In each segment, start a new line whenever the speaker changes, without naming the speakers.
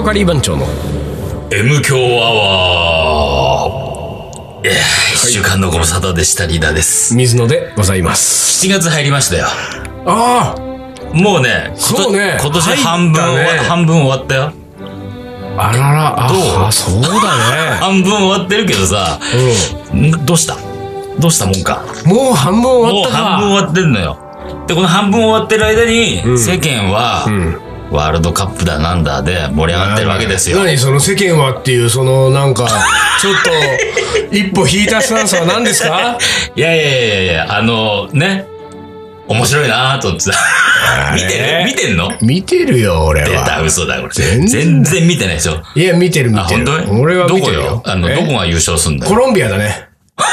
京カリー番長の
M 強アワー。一週間のご無沙汰でした。リーダーです。
水野でございます。
7月入りましたよ。
ああ、
もうね、
そうね、
今年半分終わったよ。
あらら、
どう？
そうだね。
半分終わってるけどさ、どうしたもんか。
もう半分終わったか。
もう半分終わってんのよ。で、この半分終わってる間に、世間は、ワールドカップだなんだで盛り上がってるわけですよ。
何その世間はっていう、そのなんか、ちょっと、一歩引いたスタンスは何ですか？
いや、ね、面白いなと思ってさ。見てんの？見てる
よ、俺は。
出た、嘘だ、これ。全然見てないでしょ。
いや、見てる。
あ、本当に？
俺は見てるよ。
どこが優勝すんだよ。
コロンビアだね。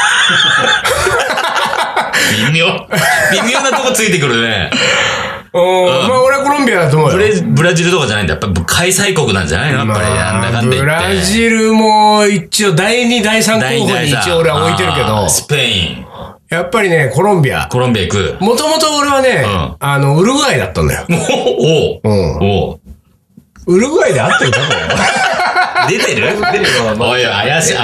微妙なとこついてくるね。
まあ俺はコロンビアだと思うよ。
ブラジルとかじゃないんだ。やっぱ開催国なんじゃないのやっぱり、なんだかんだ言って。
ブラジルも一応第2、第3候補に一応俺は置いてるけど。
スペイン。
やっぱりね、コロンビア行く。もともと俺はね、ウルグアイだったんだよ。ウルグアイで合ってるかこれ。
出てるおい、怪しい。もう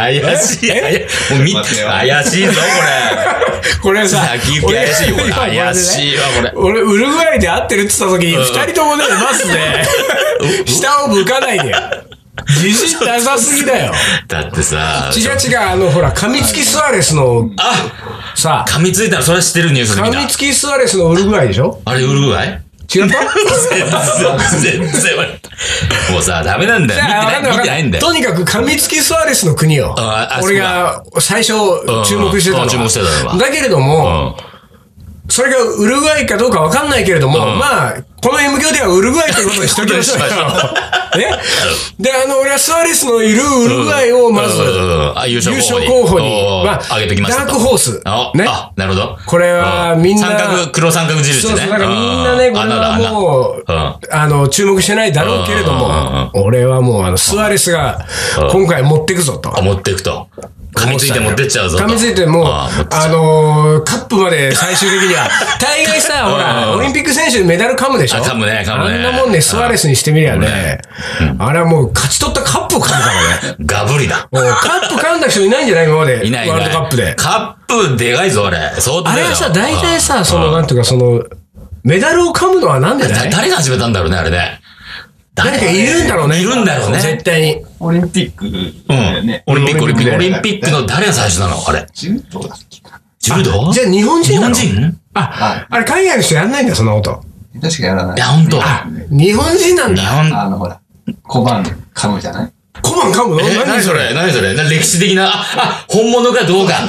怪しいぞ、これ。
これさ、
先行き怪しいよ、これ。怪しいわ、これ。
俺、ウルグアイで合ってるって言った時に、二人ともね、マジで、下を向かないでよ。自信なさすぎだよ。
だってさ。
違う、ほら、噛みつきスアレスの、さ、
噛みついたらそれは知ってるニュースで見た。
噛みつきスアレスのウルグアイでしょ？
あれ、ウルグアイ？
違った？
全然もうさ、ダメなんだよ。見てないんだよ。
とにかく噛みつきスアレスの国よ。俺が最初注目してたのは。だけれども、それがウルグアイかどうかわかんないけれども、まあ、この M 響ではウルグアイってことにしときましょうよ。で、俺はスアレスのいるウルグアイをまず、優勝候補に、
挙げてきました。
ダークホース。
ね。なるほど。
これはみんな、
黒三角印ね。
そう、だからみんなね、これはもう、注目してないだろうけれども、俺はもうスアレスが今回持ってくぞと。
持ってくと。噛みついて持ってっちゃうぞ。
噛みついてもう、カップまで最終的には、大概さ、ほら、オリンピック選手でメダル噛むでしょ？
噛むね。
あんなもんね、スアレスにしてみりゃね、あれはもう勝ち取ったカップを噛むからね。
ガブリだ。
カップ噛んだ人いないんじゃない今まで。いない。ワールドカップで。
カップでかいぞ、あれ。そうだよ。
あれはさ、大体さ、なんていうか、メダルを噛むのはなんでだい？
誰が始めたんだろうね、あれね。
誰かいるんだろうね。
いるんだろうね。
絶対に。
オリンピック。オ
リンピックの誰が最初なのあれ。
柔道だっけか。
柔道？
じゃあ日本人なの？
日本人？
あれ海外の人やんないんだ、そんなこと。
確かやらない。
いや、ほんと。
日本人なんだ。
ほら、小判噛むじゃない？
小判噛むの？
何それ歴史的な、本物かどうか。わかった。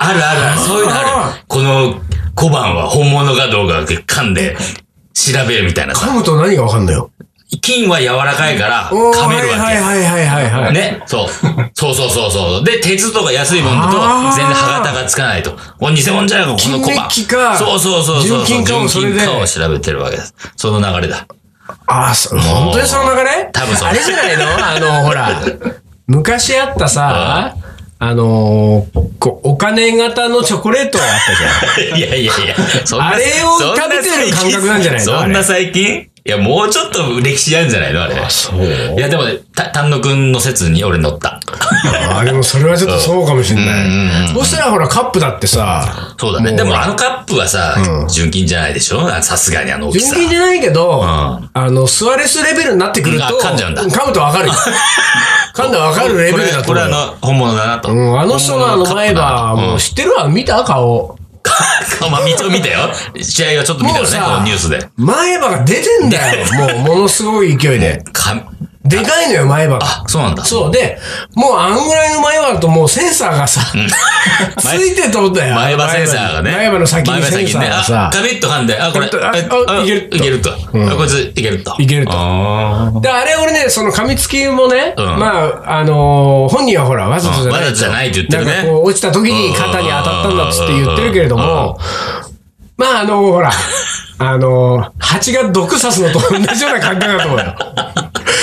ある。そういうのある。この小判は本物かどうか噛んで調べるみたいな。
噛むと何がわかんないよ。
金は柔らかいから噛めるわけ。
はい。
ね。そう。で、鉄とか安いものだと全然歯型がつかないと。これ偽物じゃないか、この小判。
金メッキか。
そう。
純金かをそれで。
純金かを調べてるわけです。その流れだ。
本当にその流れ？
多分そう。
あれじゃないの？ほら、昔あったさ、お金型のチョコレートあったじゃん。
いや。
あれを食べてる感覚なんじゃないの？
そんな最近？いや、もうちょっと歴史あるんじゃないのあれ。
そう。
いや、でもね、丹野くんの説に俺乗った。
でもそれはちょっとそうかもしれない。そしたらほら、カップだってさ。
そうだね。でもカップはさ、純金じゃないでしょ？さすがに大きさ。
純金じゃないけど、スアレスレベルになってくると、
噛んじゃうんだ。
噛むとわかるよ。噛んだらわかるレベルだと。
これ本物だなと。
あの人の前歯、もう知ってるわ、見た顔。
見たよ。試合はちょっと見たよね、このニュースで。
前歯が出てんだよ。もう、ものすごい勢いで。でかいのよ、前歯が。
そうなんだ。
そう。で、もうあんぐらいの前歯だともうセンサーがさ、ついてとんだよ。
前歯センサーがね。
前歯の先にセンサーがさ。
カビッと噛んで、これ、いけると。こいつ、いけると。
で、あれ俺ね、その噛みつきもね、本人はほら、わざとじゃないと。
わざとじゃないって言ってるね。
なんかこう、落ちた時に肩に当たったんだっつって言ってるけれども、まあほら、蜂が毒刺すのと同じような感覚だと思うよ。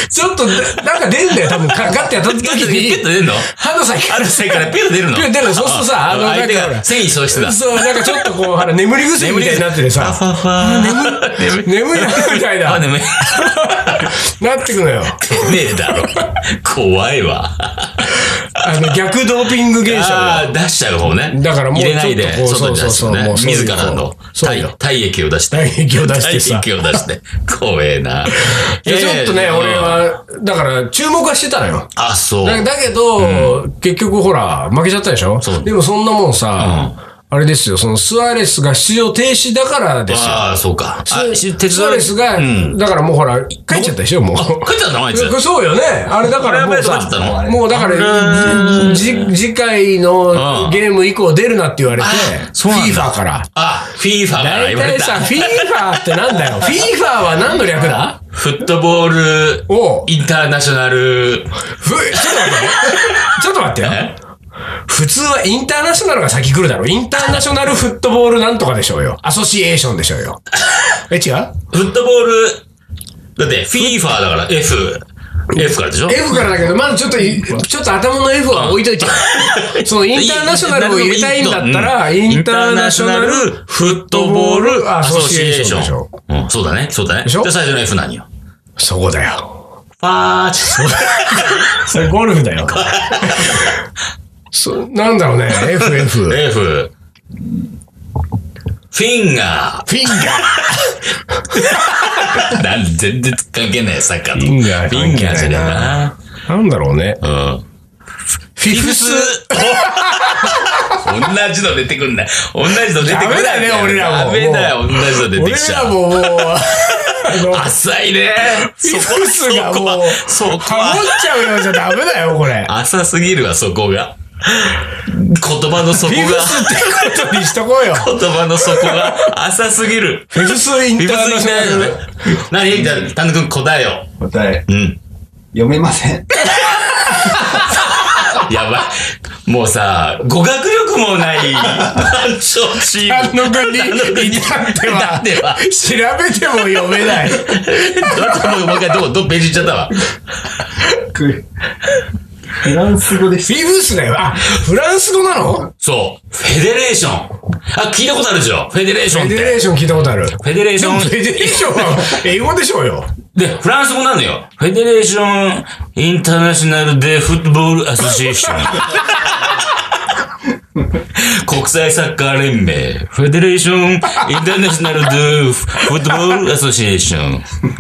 ちょっと、なんか出るんだよ、多分。ガッてやった時に。
ピュッと出るの？
歯の先
からピュッと出るの？
ピュッと出るの。そうするとさ、
相手が繊維喪失だ。
そう、なんかちょっとこう、眠り薬みたいになっててさ。眠いな、みたいな。
眠い。
なってくのよ。
ねえだろ。怖いわ。
逆ドーピング現象。
出しちゃう方ね。
だからもう
入れないで、外に出してね。自らの体液を出して。
体液を出してさ。
体液を出して。怖えな。
ちょっとね、俺は、だから注目はしてたのよ。
あ、そう。
だけど、結局ほら、負けちゃったでしょ？でもそんなもんさ、あれですよ、そのスアレスが出場停止だからですよ。
ああ、そうか。
スアレスが、だからもうほら、帰っちゃったでしょ、もう。
帰っちゃったのあいつ。
そうよね。あれだからもうさ、もうだから、次回のゲーム以降出るなって言われて、FIFA から。
FIFA から言われた。
大体さ、FIFA ってなんだよ。FIFA は何の略だ？
フットボール、インターナショナル。
ちょっと待ってよ。普通はインターナショナルが先来るだろ。インターナショナルフットボールなんとかでしょうよ。アソシエーションでしょうよ。違う？
フットボール、だって FIFA だから F からでしょ？
F からだけど、まずちょっと頭の F は置いといて。そのインターナショナルを入れたいんだったら、インターナショナルフットボールアソシエーションでしょ。
そうだね。じゃあ最初の F 何よ？
そこだよ。
ファーチ。
それゴルフだよ。なんだろうね。F。
フィンガー。全然関係ないサッカーと。
フィンガーじゃな。なんだろうね。フィフス。
同じの出てくんない。同じの出てくんない。
ダメだね、俺らも。
ダメだよ、同じの出てきちゃう。
俺らももう、
浅いね。
フィフスがもう、ハモっちゃうようじゃダメだよ、これ。
浅すぎるわ、そこが。言葉の底が。
フィフスってことにしとこうよ。
言葉の底が浅すぎる。
フィフスインターナショナル。
何？じゃあ、丹野くん答えよ。
答え。読めません。
やばい。もうさ、語学力もない、単調チーム。
丹野くんに至っては、調べても読めない。
もう一回、ページ行っちゃったわ。
フランス語です。
フィフスだよ。フランス語なの？
そう。フェデレーション。聞いたことあるでしょ？フェデレーションって。
フェデレーション聞いたことある。
フェデレーション。
フェデレーションは英語でしょうよ。
で、フランス語なのよ。フェデレーションインターナショナルデフットボールアソシエーション。国際サッカー連盟。フェデレーションインターナショナルデフットボールアソシエーション。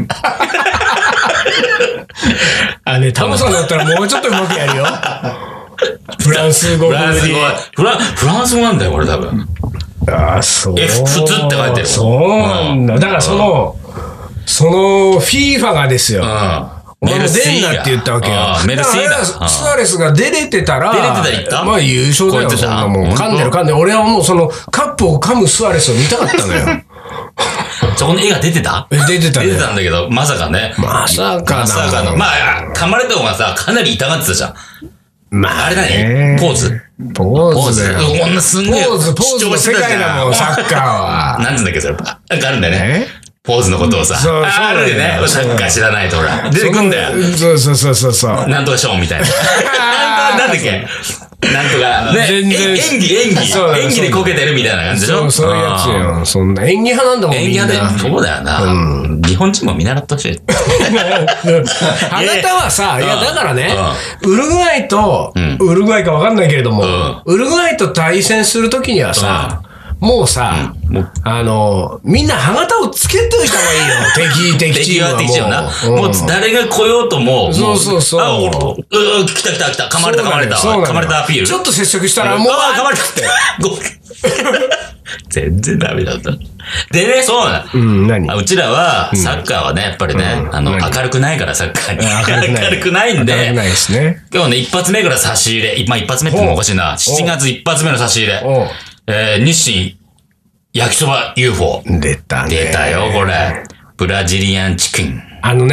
タモさんだったらもうちょっとうまくやるよ。フランス語。フラ
ンス語なんだよ、これ多分。
そう。
F 普通って書いてる。
そうなんだ。だからその、FIFA がですよ。お前も出んなって言ったわけよ。
メルシーだ。
スアレスが出れてたら、まあ優勝だよ、そんなもん。噛んでる。俺はもうそのカップを噛むスアレスを見たかったのよ。
そこの絵が出てた？
出てた
んだけど、まさかね。
まさかの。
まあ、噛まれた方がさ、かなり痛がってたじゃん。まあ、あれ何？ポーズこんなすんげえ。
ポーズの世界だもん、サッカーは。
なんつうんだっけ、それ。なんかあるんだよね。ポーズのことをさ。あるよね。サッカー知らないとほら。出てくんだよ。
そう。
なんとかショーンみたいな。なんだっけ？なんとか、ね、演技でこけてるみたいな感じでしょ？
そういうやつよ。そんな演技派なんだもん。
演技派で、そうだよな。日本人も見習ってほしい。
あなたはさ、いやだからね、ウルグアイかわかんないけれども、ウルグアイと対戦するときにはさ、もうさ、みんな歯型をつけといた方がいいよ。敵チームは
もう。もう誰が来ようとも。
そう。
来た。噛まれたアピール。
ちょっと接触したらもう。
噛まれたって。全然ダメだった。でね、そうなの。うちらは、サッカーはね、やっぱりね、明るくないから、サッカーに。明るくないんで。
明るくないですね。
今日ね、一発目から差し入れ。まあ一発目ってもおかしいな。7月一発目の差し入れ。日清焼きそば UFO。
出た
よ、これ。ブラジリアンチキン。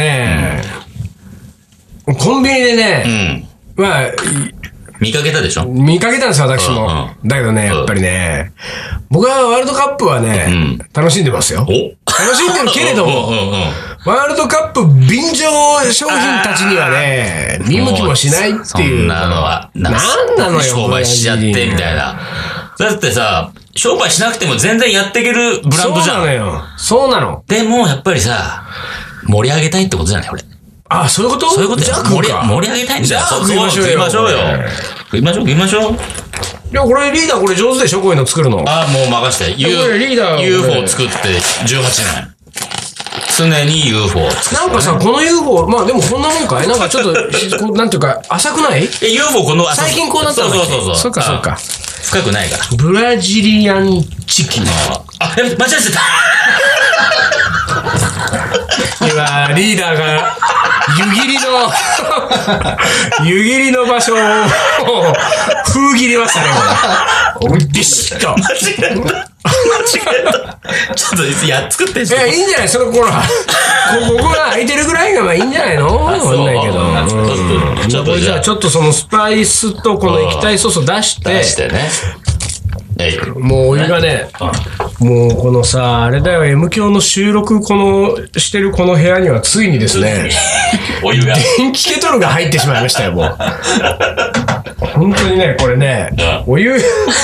コンビニでね、まあ、
見かけたでしょ？
見かけたんですよ、私も。だけどね、やっぱりね、僕はワールドカップはね、楽しんでますよ。楽しんでるけれども、 ワールドカップ便乗商品たちにはね、見向きもしないっていう。そん
なのは。
なんなのよ。
商売しちゃって、みたいな。だってさ、商売しなくても全然やっていけるブランドじゃん。
そうなのよ。そうなの。
でも、やっぱりさ、盛り上げたいってことじゃない、俺。
あ、そういうこと？
そういうことじゃ盛り上げたいんだよ。
食いましょうよ。
食いましょうよ。食いましょう。
いや、これリーダーこれ上手でしょ、こういうの作るの。
あ、もう任して。
リーダー
UFO 作って18年。常に UFO 作って。
なんかさ、この UFO、まあでもこんなもんかい？なんかちょっと、なんていうか、浅くない
？UFO この、
最近こうなったの？
そう。
そっか。
深くないから。
ブラジリアンチキン。
あ、間違えてた。
今、リーダーが、湯切りの場所を、封切りましたね、これ。ビシッと。
間違えた。ちょっと、作ってんじゃん。
いいんじゃないその頃は。ここが空いてるぐらいがまあいいんじゃないの？わかんないけど。じゃあちょっとそのスパイスとこの液体ソースを出して。
ね。
もうお湯がね、もうこのさ、あれだよ、M 響の収録してるこの部屋にはついにですね、
お湯が。
電気ケトルが入ってしまいましたよ、もう。本当にね、これね、お湯、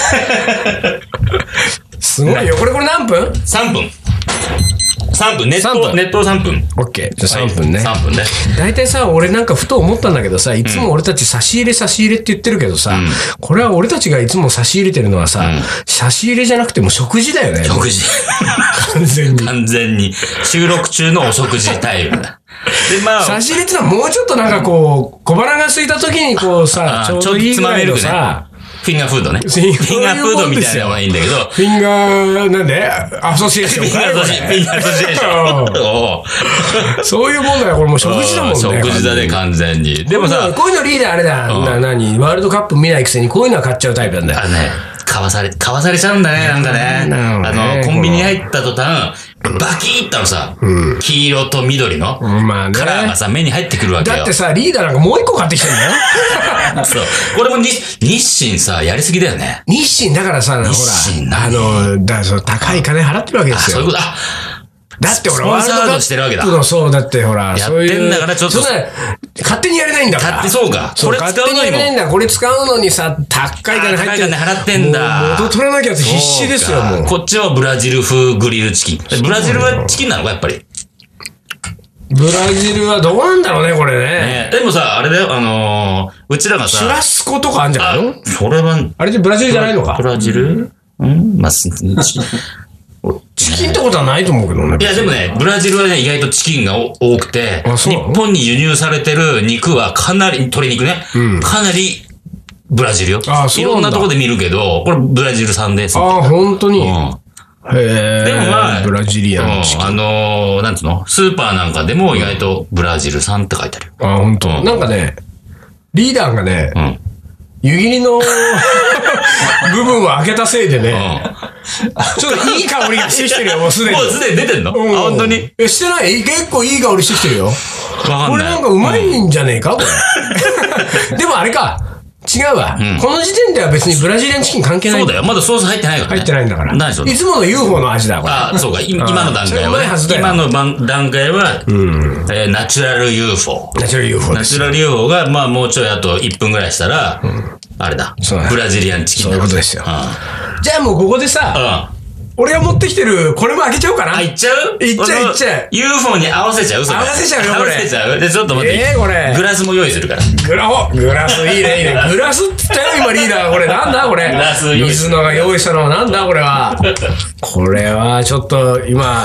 すごいよ。これ何分？
3分。3分。熱湯3分。
オッケー。じゃあ3分ね。
3分ね。
大体さ、俺なんかふと思ったんだけどさ、いつも俺たち差し入れって言ってるけどさ、これは俺たちがいつも差し入れてるのはさ、差し入れじゃなくても食事だよね。
食事。完全に。収録中のお食事タイムだ。で、まあ。
差し入れってのはもうちょっとなんかこう、小腹が空いた時にこうさ、ちょうどいいぐらいのさ、
フィンガーフードね。フィンガーフードみたいなのがいいんだけど。
フィンガー、なんでアソシエーションか。
フィンガーアソシエーション。
そういうもんだよ。これもう食事だもんね。
食事だね、完全に。でもさ、
こういうのリーダーあれだ。何ワールドカップ見ないくせにこういうのは買っちゃうタイプなんだよ。
買わされちゃうんだね、なんかね。コンビニ入った途端、バキーってさ、黄色と緑のカラーがさ、目に入ってくるわけよ。
だってさ、リーダーなんかもう一個買ってきてんだよ。
そう。これも日清さ、やりすぎだよね。
日清だからさ、ほら、高い金払ってるわけですよ。
そういうこと、
だって俺、
ワールドカップ
の、そう、だってほら、
やってんだからちょっと。
勝手にやれないんだから。
そうか。
これ勝手にやれないんだ。これ使うのにさ、高い金入ってる。
払ってんだ。
元取らなきゃって必死ですよ、もう。
こっちはブラジル風グリルチキン。ブラジルはチキンなのか、やっぱり。
ブラジルはどうなんだろうね、これね。
でもさ、あれだよ、うちらがさ。
シュラスコとかあるんじゃないの？
それは。
あれでブラジルじゃないのか？
ブラジル？まあ、
チキンってことはないと思うけどね。
いや、でもね、ブラジルはね、意外とチキンが多くて、日本に輸入されてる肉はかなり、鶏肉ね、かなりブラジルよ。いろんなとこで見るけど、これブラジル産です。
本当に。へ
え。でもまあ、
ブラジリアンチキン。
なんつうの？スーパーなんかでも意外とブラジル産って書いてある。
本当。なんかね、リーダーがね、湯切りの部分を開けたせいでね、ちょっといい香りがしてきてるよ、もうすでに。
もうすでに出てんの？本当に？
してない？結構いい香りしてきてるよ。これなんかうまいんじゃねえかこれ。でもあれか。違うわ。この時点では別にブラジリアンチキン関係ない。
そうだよ。まだソース入ってないからね。
入ってないんだから。
何それ？
いつもの UFO の味だ、これ。
そうか。今の段階はね。今の段階は、ナチュラル UFO。
ナチュラル UFO
ナチュラル UFO が、まあもうちょいあと1分ぐらいしたら、あれだ。ブラジリアンチキン。
そういうことですよ。じゃあもうここでさ、俺が持ってきてる、これも開けちゃおうかな。
いっちゃう？
いっちゃう、いっちゃう。
UFO に合わせちゃう？
合わせちゃうよ、これ。
合わせちゃう？で、ちょっと待って。
これ。
グラスも用意するから。
グラスいいね、いいね。グラスって言ったよ、今リーダー。これなんだこれ。
グラス用意する。
水野が用意したのはなんだこれは。これは、ちょっと、今、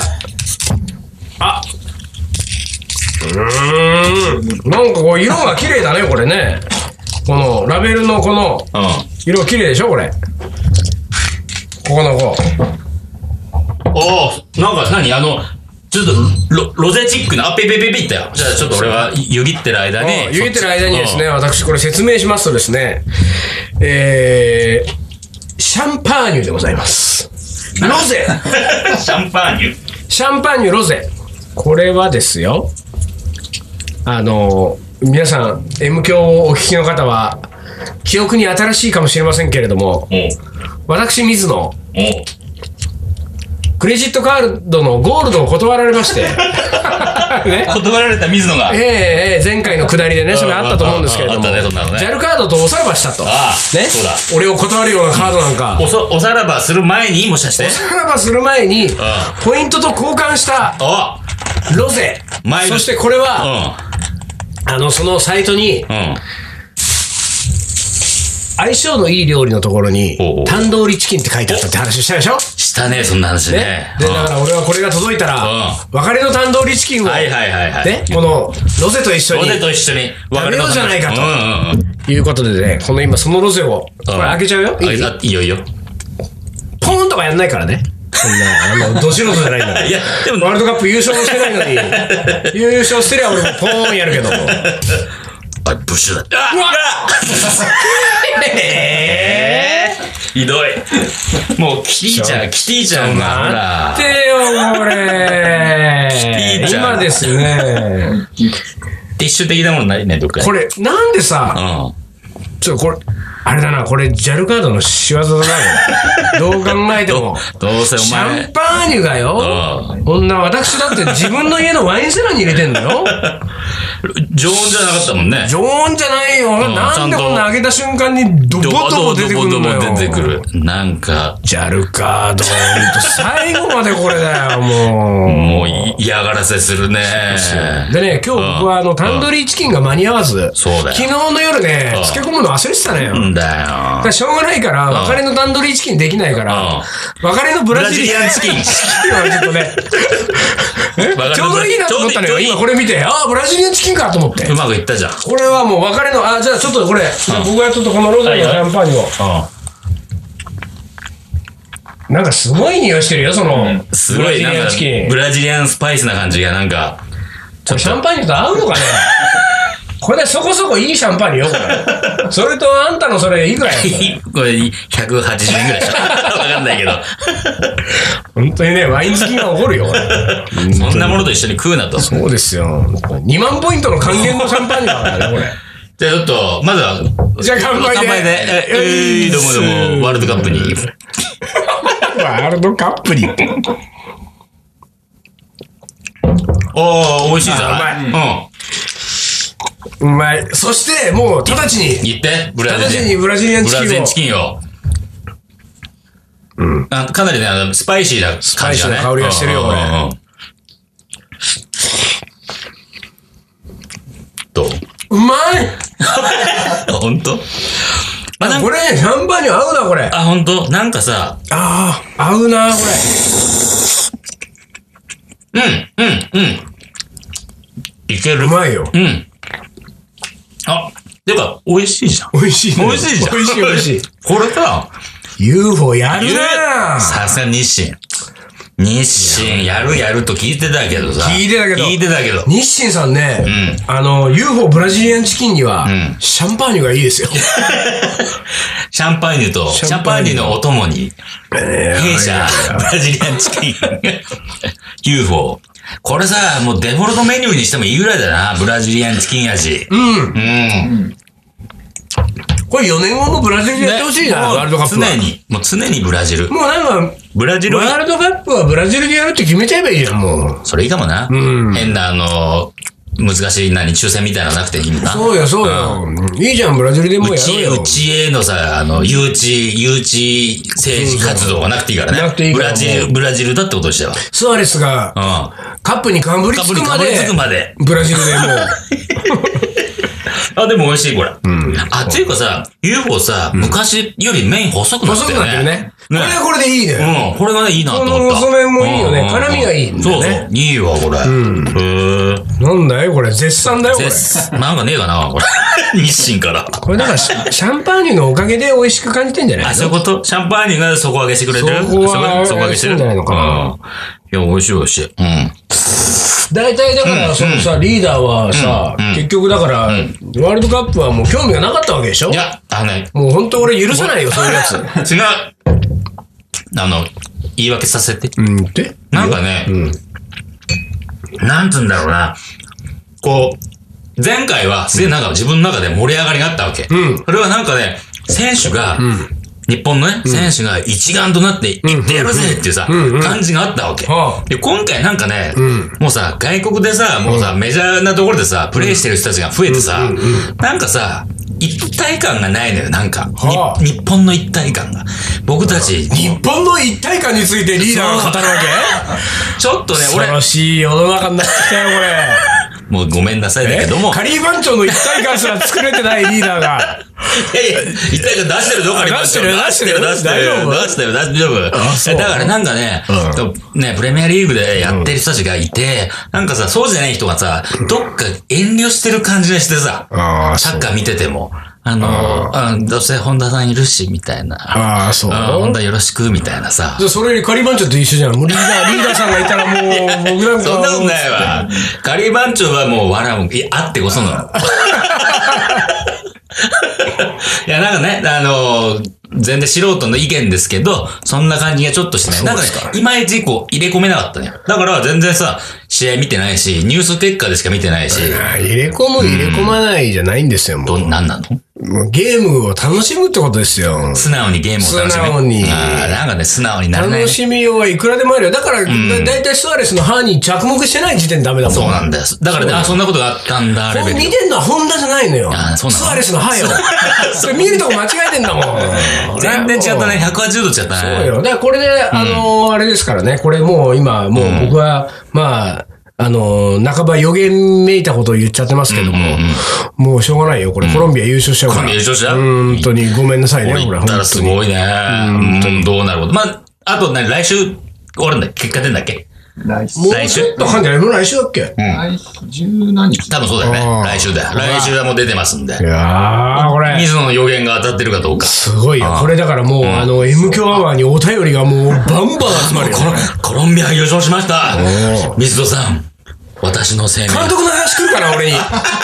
なんかこう、色が綺麗だね、これね。この、ラベルのこの、色綺麗でしょ、これ。ここのこう。
なんか何ちょっとロゼチックな、ペペってよ。じゃあちょっと俺は湯切ってる間に。
湯切ってる間にですね、私これ説明しますとですね、シャンパーニュでございます。ロゼ
シャンパーニュ
シャンパーニュロゼ。これはですよ、皆さん、M 響をお聞きの方は、記憶に新しいかもしれませんけれども、私、水野、 クレジットカードのゴールドを断られまして。
ね、断られた水野が。
前回の下りでね、それあったと思うんですけれども。JAL カードとおさらばしたと。ね。
そうだ。
俺を断るようなカードなんか。
おさらばする前に、もしかして。
おさらばする前に、ポイントと交換した、ロゼ。そしてこれは、そのサイトに、相性のいい料理のところに、タンドーリチキンって書いてあったって話したでしょ？
したね、そんな話ね。
で、だから俺はこれが届いたら、別れのタンドーリチキンを、ね、このロゼと一緒に、食べようじゃないかと。いうことでね、この今そのロゼを、これ開けちゃうよ。
いいよいいよ。
ポーンとかやんないからね。そんな、ど素人じゃないんだから。いや、でも、ワールドカップ優勝もしてないのに、優勝してりゃ俺もポーンやるけども。
ブッシュだ。うわひどい。もう、キティちゃんが、ほら。
待ってよ、これ。キティちゃん。今ですね。
ティッシュ的なものないね、どっか。
これ、なんでさ、これ、あれだな、これ、JAL カードの仕業だな、どう考えても。
どうせお前。
シャンパーニュがよ。こんな、私だって自分の家のワインセラーに入れてんだよ。
常温じゃなかったもんね。
常温じゃないよ。なんでこんな開けた瞬間にドボドボ出てくるんだよ。
ドボドボ出てくる。なんか。
JAL カード、最後までこれだよ、もう。
もう嫌がらせするね。
でね、今日僕はタンドリーチキンが間に合わず、
そうだよ。
昨日の夜ね、漬け込むの忘れてたのよ。
んだよ。
だからしょうがないから、別れのタンドリーチキンできないから、別れのブラジリアンチキンはちょっとね、ちょうどいいなと思ったのよ。今これ見て、ブラジリアンチキンかと思って。
うまくいったじゃん。
これはもう別れの、じゃあちょっとこれ、僕がちょっとこのロゼのシャンパーニュを。なんかすごい匂いしてるよ、その、
すごい、なんか、ブラジリアンスパイスな感じが、なんか、
シャンパーニュと合うのかね。これそこそこいいシャンパーニュよ、これ。それとあんたのそれいくらや
これ180円ぐらいしかわかんないけど。
本当にね、ワイン好きが怒るよ、これ。
そんなものと一緒に食うなと。
そうですよ。2万ポイントの還元のシャンパーニュだからね、これ。
じゃあちょっと、まずは、
じゃあ乾杯で。
乾杯で。どうもどうも、ワールドカップに。
ワールドカップに。
美味しいじゃん。
うまい。そして、もう、直ちに。
言って、
ブラジリアンチキンを。
ブラジリアンチキンを。かなりね、スパイシーな感じだね。
スパイシーな香りがしてるよ、これ。
どう？
うまい
ほんと？
これ、シャンパーニュ合うな、これ。
ほんと？なんかさ。
合うな、これ。
いける。
うまいよ。
てか、美味しいじゃん。
美味しいじゃん。
美味しい。これか。
UFO やるな
さすが日清やると聞いてたけどさ。
聞いてたけど。日清さんね、UFO ブラジリアンチキンには、シャンパーニュがいいですよ。
シャンパーニュのお供に、弊社、ブラジリアンチキン、UFO。これさ、もうデフォルトメニューにしてもいいぐらいだな、ブラジリアンチキン味。これ4年後もブラジルでやってほしいな、ワールドカップは。常にブラジル。
もうなんか、ワールドカップはブラジルでやるって決めちゃえばいいじゃん、もう。
それいいかもな。変な難しい抽選みたいなのなくていいんだ。
そうよ。いいじゃん、ブラジルでもうやるよ。
うちへのさ、誘致政治活動がなくていいからね。なくていいから。ブラジルだってことでしたよ。
スアレスが、カップにかぶりつくまで。ブラジルでも
う。でも美味しい、これ。っていうかさ、UFO さ、昔より麺細くなってるね。細くなってるね。これはこれでいいね。これがね、いいなと思った。この細麺もいいよね。辛みがいいんだよね。そう。いいわ、これ。なんだいこれ、絶賛だよ、これ。なんかねえかな、これ。日清から。これだから、シャンパーニュのおかげで美味しく感じてんじゃないの？そういうこと？シャンパーニュが底上げしてくれてる？底上げしてるんじゃないのかな。いや、美味しい。大体だから、そのさ、リーダーはさ、結局だから、ワールドカップはもう興味がなかったわけでしょ？いや、もう本当俺許さないよ、そういうやつ。違う。言い訳させて。なんかね、なんつうんだろうな。前回はすげえなんか自分の中で盛り上がりがあったわけ。それはなんかね、選手が、 日本のね、選手が一丸となって行ってやるぜっていうさ、感じがあったわけ。で、今回なんかね、もうさ、外国でさ、もうさ、メジャーなところでさ、プレイしてる人たちが増えてさ、なんかさ、一体感がないのよ、なんか。日本の一体感が。僕たち。
日本の一体感についてリーダーが語るわけ
ちょっとね、
俺。恐ろしい世の中になってきたよ、これ。
もうごめんなさいだけども。
カリー番長の一体感すら作れてないリーダーが。
いやいや、一体感出してるぞ、カリー番長。出してる。大丈夫。だからなんかね、プレミアリーグでやってる人たちがいて、なんかさ、そうじゃない人がさ、どっか遠慮してる感じがしてさ、サッカー見てても。どうせ本田さんいるし、みたいな。本田よろしく、みたいなさ。
それよりカリー番長と一緒じゃん。もうリーダーさんがいたらもう、僕なんか。
そんなことないわ。カリー番長はもう笑う。あってこその。いや、なんかね、全然素人の意見ですけど、そんな感じがちょっとしない。なんかね、いまいち入れ込めなかったね。だから全然さ、試合見てないし、ニュース結果でしか見てないし。
入れ込まないじゃないんですよ、もう。
何なの？
ゲームを楽しむってことですよ。
素直にゲームを楽しむ。
素直に。
なんかね、素直になれない。
楽しみようはいくらでもあるよ。だから、だいたいスアレスの歯に着目してない時点でダメだもん。
そうなんです。だからね、そんなことがあったんだ、
レベル。見てんのはホンダじゃないのよ。スアレスの歯よ。それ見るとこ間違えてんだもん。
全然違ったね。180度違ったね。
そうよ。だからこれで、あれですからね。これもう今、もう僕は、まあ、半ば予言めいたことを言っちゃってますけども、もうしょうがないよ。これコロンビア優勝しちゃうから。
コロンビア優勝しちゃう？
本当にごめんなさいね、これ。
言ったらすごいね。どうなること。まあ、あと来週終わるんだっけ？結果出んだっけ？
来週。もうちょっとかんじゃないの？来週だっけ？
来週何日？
多分そうだよね。来週だよ。来週はもう出てますんで。
いやー、これ。
水野の予言が当たってるかどうか。
すごいよ。これだからもう、M 強アワーにお便りがもうバンバン集まるよ。
コロンビア優勝しました。水野さん。私の生命。
監督の話来るかな、俺に。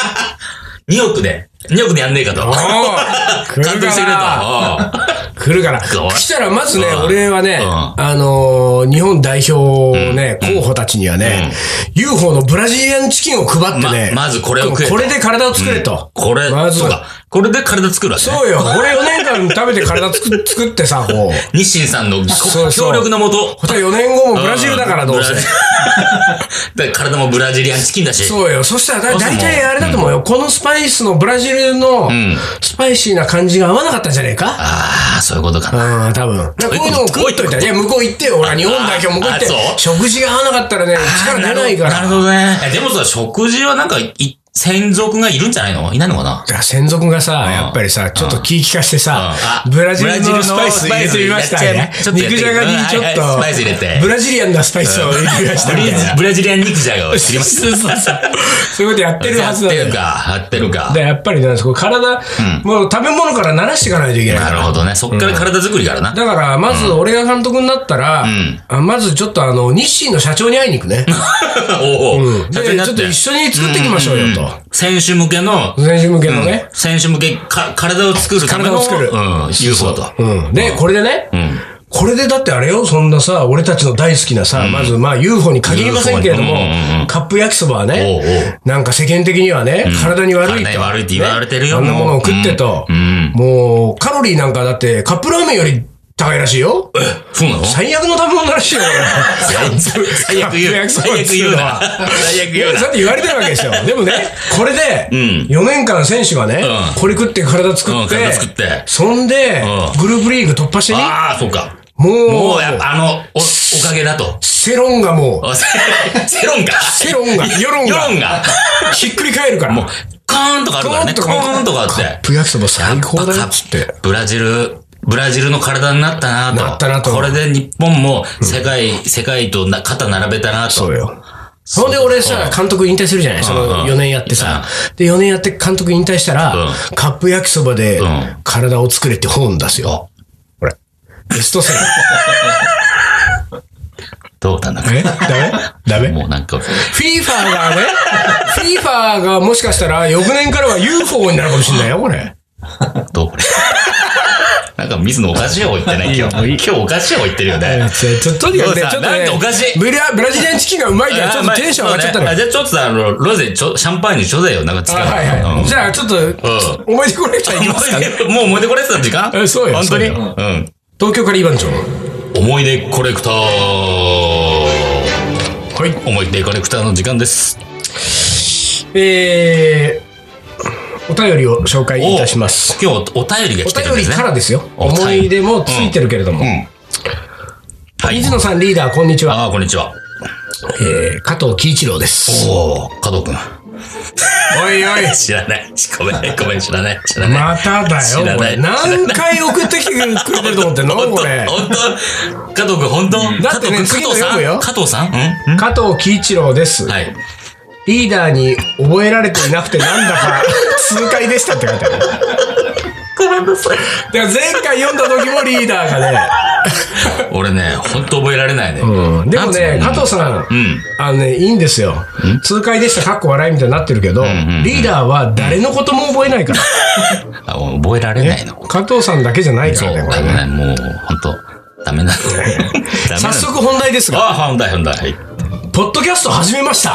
2億でやんねえかと。監督してくれと。
来るから。来たらまずね、俺はね、日本代表ね、候補たちにはね、UFO のブラジリアンチキンを配ってね、
まずこれを食えと。
これで体を作れと。
まず。そうか。これで体作るわけね。
そうよ。俺4年間食べて体作ってさ、こう。
日清さんの協力のもと。
4年後もブラジルだからどうせ。
体もブラジリアンチキンだし。
そうよ。そしたら大体あれだと思うよ。このスパイスのブラジルのスパイシーな感じが合わなかったんじゃねえか？
ああ、そういうことかな。
多分。こういうのを食っといたら、いや、向こう行ってよ。俺は日本代表向こう行って。食事が合わなかったらね、力出ないから。
なるほどね。でもさ、食事はなんか、専属がいるんじゃないの？いないのかな？
専属がさ、やっぱりさ、ちょっと気利かしてさ、ブラジルのスパイス入れてみましたね。肉じゃがにちょっと、
スパイス入れて。
ブラジリアンなスパイスを入れてみましたみたいな。
ブラジリアン肉じゃがを知ります。
そういうことやってるはずだよ。
やってるか。
で、やっぱりね、体、もう食べ物から慣らしていかないといけない。
なるほどね。そっから体作りからな。
だから、まず俺が監督になったら、まずちょっと日清の社長に会いに行くね。で、ちょっと一緒に作っていきましょうよと。
選手向けのね。選手向け、体を作るための。UFO と。
で、これでね、これでだってあれよ、そんなさ、俺たちの大好きなさ、まずUFO に限りませんけれども、カップ焼きそばはね、なんか世間的にはね、体に悪いと。
悪いって言われてるよ。
あんなものを食ってと。もう、カロリーなんかだってカップラーメンより高いらしいよ。
そうなの？
最悪の食べ物らしいよ、
最悪言うな。最悪言うな。
だって言われてるわけですよ。でもね、これで、4年間選手がね、これ食って体作って、そんで、グループリーグ突破してね。
ああ、そうか。
もう、
おかげだと。
世論がもう、
世論が、
世論が、ひっくり返るから。もう、
コーンとかあるからね。コーンとかあって。
カップ焼きそば最高だよつって。
ブラジルの体になったなと。
なったなと。
これで日本も世界と肩並べたなと。
そうよ。それで俺さ、監督引退するじゃない？その4年やってさ。で、4年やって監督引退したら、カップ焼きそばで体を作れって本出すよ。これ。ベストセラ
ー。どうなんだ
ダメ
もうなんか。
FIFA がもしかしたら翌年からは UFO になるかもしれないよ、これ。
どうこれ。 なんか水野おかしい方言ってない今日おかしい方言ってるよね。
とにかくね、ちょっとね、
おかしい。
ブラジリアンチキンがうまいからちょっとテンション上がっちゃったの。
じゃあちょっとさ、ロゼ、シャンパーニュちょうだいよ、なんか使う。
はい。じゃあちょっと、思い出コレクターいきますかね。
もう思い出コレクターの時間？
そうよ。
本当に？
東京カリー番長。
思い出コレクター。
はい。
思い出コレクターの時間です。
お便りを紹介いたします。
今日お便りが来てるんですね。
お便りからですよ。思い出もついてるけれども。水野さんリーダー、こんにちは。
こんにちは。
加藤喜一郎です。
加藤くん。
おいおい。
知らない。ごめん、知らない。
まただよ。これ何回送ってきてくれてると思ってんのこれ。
本当加藤くん、本当
だってね、次の読むよ。
加藤さん
加藤喜一郎です。
はい。
リーダーに覚えられていなくてなんだか痛快でしたって書いてある。
ごめんなさい。
前回読んだ時もリーダーがね。
俺ね、ほんと覚えられないね。
でもね、加藤さん、いいんですよ。痛快でした、かっこ笑いみたいになってるけど、リーダーは誰のことも覚えないから。
覚えられないの。
加藤さんだけじゃないからね、これね。
もう、ほんと、ダメな
の。早速本題ですが。
本題。
ポッドキャスト始めました。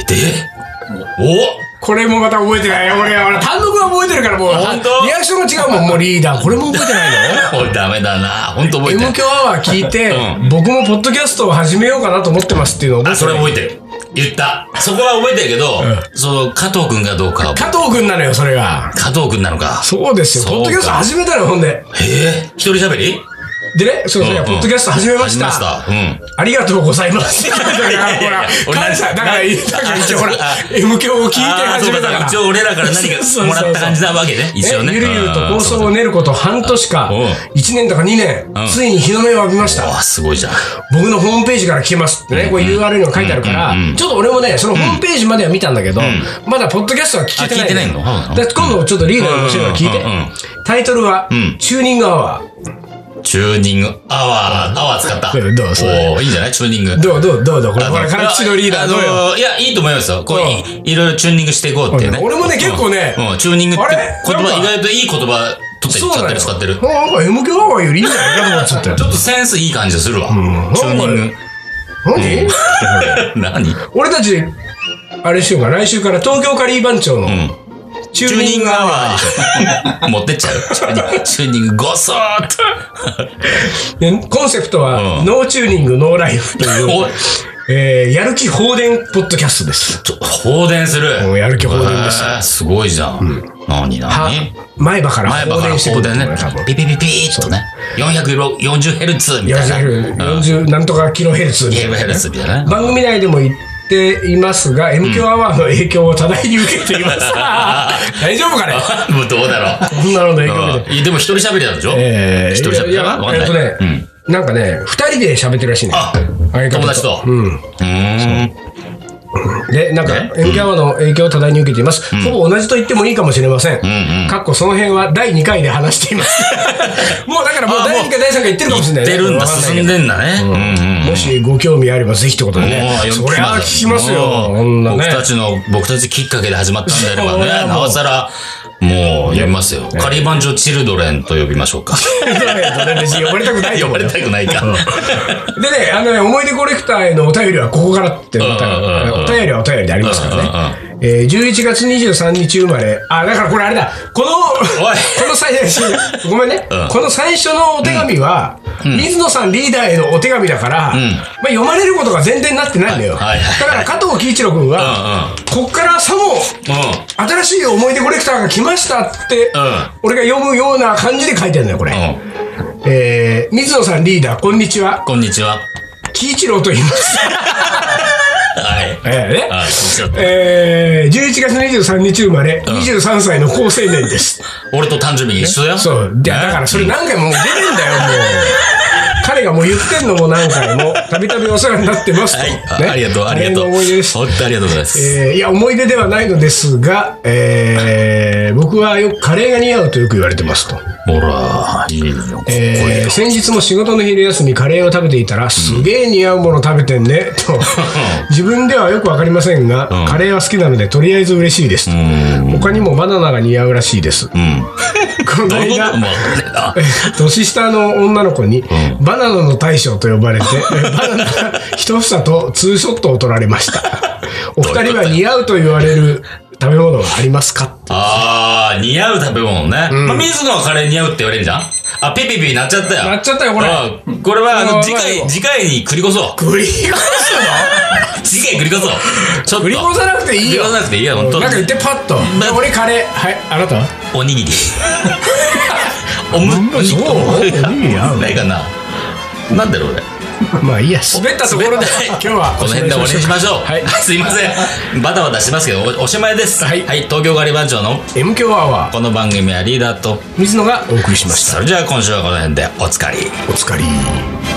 これもまた覚えてないよ。俺単独は覚えてるからもう、リアクションが違うもん、もうリーダー。これも覚えてないの？
ダメだな。ほんと覚えてない。
M 強アワー聞いて、僕もポッドキャストを始めようかなと思ってますっていうのを
それ覚えてる。言った。そこは覚えてるけど、加藤くんがどうか。
加藤くんなのよ、それが。
加藤くんなのか。
そうですよ。ポッドキャスト始めたのよ、ほんで。
一人喋り？
でね、ポッドキャスト始めました。ありがとうございます。だから一応ほら、M 響を聞いて始めたから。
一応俺らから何かもらった感じなわけね。一応ね。
ゆるゆると構想を練ること半年か、1年とか2年、ついに日の目を浴びました。
すごいじゃん。
僕のホームページから聞けますってね、これ URL にも書いてあるから、ちょっと俺もね、そのホームページまでは見たんだけど、まだポッドキャストは聞けてない。
聞いてないの？
今度ちょっとリーダーに教えるから聞いて。タイトルは、チューニングアワー。
チューニングアワー使った。どういいんじゃないチューニング。
どうこれ辛口のリーダーどうよ。
いや、いいと思いますよ。こういろいろチューニングしていこうってね。
俺もね、結構ね。
チューニングって言葉、意外といい言葉取って言っちゃったり使ってる。
なんか M 響アワーよりいいんじゃないかと思っちゃったよ。
ちょっとセンスいい感じするわ。チューニング。何？
俺たち、あれしようか、来週から東京カリー番長の、チューニングアワ
ー。持ってっちゃう。チューニングごそーっ
と。コンセプトは、ノーチューニング、ノーライフという、やる気放電ポッドキャストです。
放電する。
やる気放電です。
すごいじゃん。何
前歯から放電してくる。
ピピピピーっとね。440Hz みたいな。
40なんとかキロヘルツみたいな。番組内でも言っていますが、M 響アワーの影響を多大に受けています。大丈夫かね？
もうどうだろう。
こんなのの影響で。
でも一人喋りなんでしょ？一人喋りだな。
なんかね、二人で喋ってるらしいね。
友達と。
で、なんか、M 響アワーの影響を多大に受けています。ほぼ同じと言ってもいいかもしれません。かっこその辺は第2回で話しています。もうだからもう第2回、第3回言ってるかもしれないね。
言ってるんだ、進んでんだね。
もしご興味あればぜひってことでね。そりゃ聞きますよ。
僕たちきっかけで始まったんであればね、なおさら、もう、読みますよ。カリー番長チルドレンと呼びましょうか。
呼ばれたくない
呼ばれたくないか。
でね、思い出コレクターへのお便りはここからってお便りはお便りでありますからね。11月23日生まれ。だからこれあれだ。この最初、ごめんね。この最初のお手紙は、水野さんリーダーへのお手紙だから、読まれることが前提になってないんだよ。だから加藤喜一郎君は、こっからさも、新しい思い出コレクターが来ましたって、俺が読むような感じで書いてるんだよ、これ。水野さんリーダー、こんにちは。
こんにちは。
喜一郎と言います。
はい。
11月23日生まれ、23歳の高青年です。
俺と誕生日一緒だよ。
そう。だからそれ何回も出るんだよ、もう。彼がもう言ってんのも何回も、たびたびお世話になってますと。
ありがとう、ありがとう。
思い出です。
本当ありがとうございます。
いや、思い出ではないのですが、僕はよくカレーが似合うとよく言われてますと。
ほら、いいよ。
先日も仕事の昼休みカレーを食べていたら、すげえ似合うもの食べてんね、と。自分ではよくわかりませんが、カレーは好きなので、とりあえず嬉しいです。他にもバナナが似合うらしいです。 この間、年下の女の子に、バナナの大将と呼ばれて、バナナ一房とツーショットを撮られました。お二人は似合うと言われる食べ物はありますか？
あー、似合う食べ物ね。まあ、水野はカレー似合うって言われるじゃん。あ、ピピピなっちゃったよ。
なっちゃったよ、これ。
これは、次回に繰り越そう。
繰り越すの？
次回繰り越そう。ちょっと。
繰り越さなくていいよ。
繰り越さなくていいよ、ほんと。
なんか言ってパッと。俺カレー。はい、あなたは？
おにぎり。
おにぎり合う？
ないかな。なんだろう、俺。
まあいいや、滑ったところで今日は
この辺で終わりにしましょう。はい、すいません、バタバタしてますけど おしまいです。はい、東京ガリバン長の
M 強アワー。
この番組はリーダーと
水野がお送りしました。
それじゃあ今週はこの辺でおつかり。
おつかり。